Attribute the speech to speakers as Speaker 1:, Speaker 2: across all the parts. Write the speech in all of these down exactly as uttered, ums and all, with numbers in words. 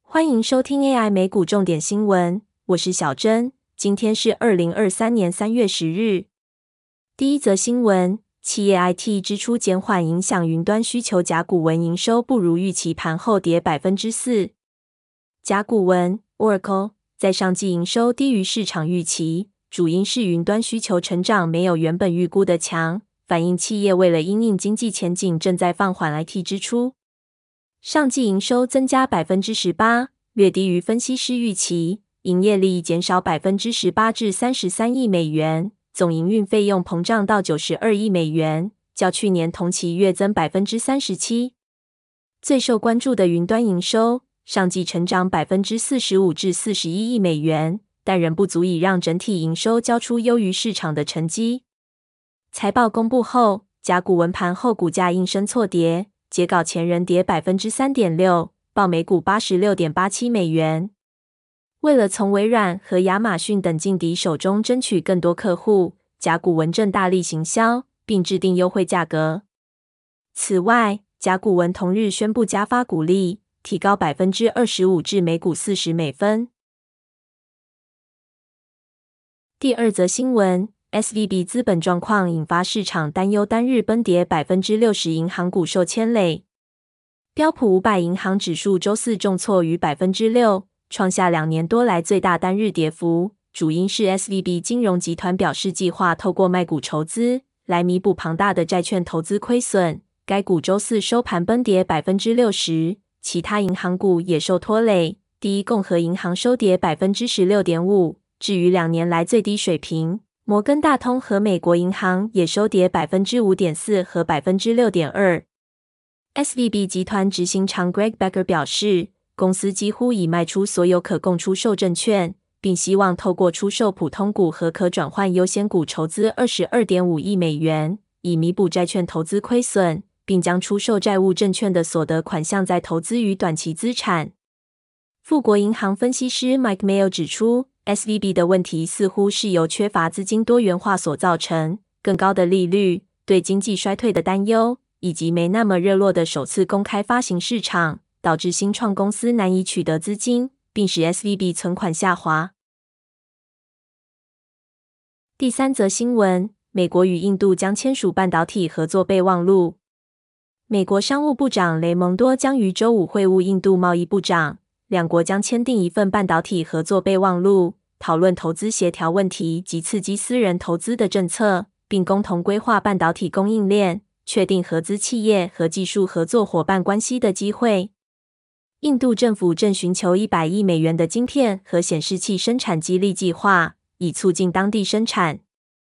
Speaker 1: 欢迎收听 A I 美股重点新闻，我是小珍，今天是二零二三年三月十日。第一则新闻，企业 I T 支出减缓影响云端需求，甲骨文营收不如预期，盘后跌 百分之四。 甲骨文 Oracle 在上季营收低于市场预期，主因是云端需求成长没有原本预估的强，反映企业为了因应经济前景正在放缓 I T 支出。上季营收增加 百分之十八， 略低于分析师预期，营业利益减少 百分之十八 至三十三亿美元，总营运费用膨胀到九十二亿美元，较去年同期月增 百分之三十七。 最受关注的云端营收，上季成长 百分之四十五 至四十一亿美元，但仍不足以让整体营收交出优于市场的成绩。财报公布后，甲骨文盘后股价应声错跌，截稿前仍跌 百分之三点六， 报每股 八十六点八七美元。为了从微软和亚马逊等劲敌手中争取更多客户，甲骨文正大力行销，并制定优惠价格。此外，甲骨文同日宣布加发股利，提高 百分之二十五 至每股四十美分。第二则新闻， S V B 资本状况引发市场担忧，单日崩跌 百分之六十， 银行股受牵累。标普五百银行指数周四重挫逾 百分之六， 创下两年多来最大单日跌幅，主因是 S V B 金融集团表示计划透过卖股筹资来弥补庞大的债券投资亏损，该股周四收盘崩跌 百分之六十， 其他银行股也受拖累，第一共和银行收跌 百分之十六点五， 至于两年来最低水平。摩根大通和美国银行也收跌 百分之五点四 和 百分之六点二。 S V B 集团执行长 Greg Becker 表示，公司几乎已卖出所有可供出售证券，并希望透过出售普通股和可转换优先股筹资 二十二点五亿美元，以弥补债券投资亏损，并将出售债务证券的所得款项再投资于短期资产。富国银行分析师 Mike Mayo 指出， S V B 的问题似乎是由缺乏资金多元化所造成，更高的利率、对经济衰退的担忧，以及没那么热络的首次公开发行市场，导致新创公司难以取得资金，并使 S V B 存款下滑。第三则新闻，美国与印度将签署半导体合作备忘录。美国商务部长雷蒙多将于周五会晤印度贸易部长，两国将签订一份半导体合作备忘录，讨论投资协调问题及刺激私人投资的政策，并共同规划半导体供应链，确定合资企业和技术合作伙伴关系的机会。印度政府正寻求一百亿美元的晶片和显示器生产激励计划，以促进当地生产。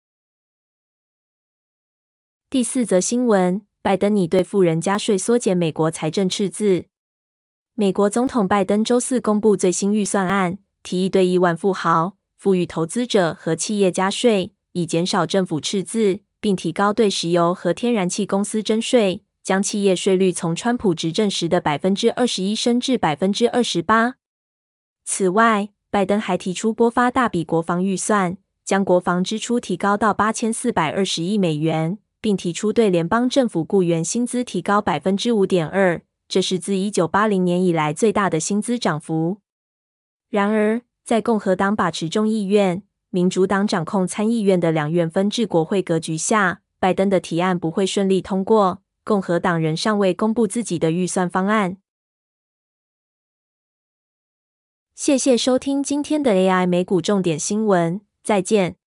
Speaker 1: 第四则新闻，拜登拟对富人加税，缩减美国财政赤字。美国总统拜登周四公布最新预算案，提议对亿万富豪、富裕投资者和企业加税，以减少政府赤字，并提高对石油和天然气公司征税，将企业税率从川普执政时的 百分之二十一 升至 百分之二十八。此外，拜登还提出拨发大笔国防预算，将国防支出提高到八千四百二十亿美元，并提出对联邦政府雇员薪资提高 百分之五点二， 这是自一九八零年以来最大的薪资涨幅。然而，在共和党把持众议院、民主党掌控参议院的两院分治国会格局下，拜登的提案不会顺利通过，共和党人尚未公布自己的预算方案。谢谢收听今天的 A I 美股重点新闻，再见。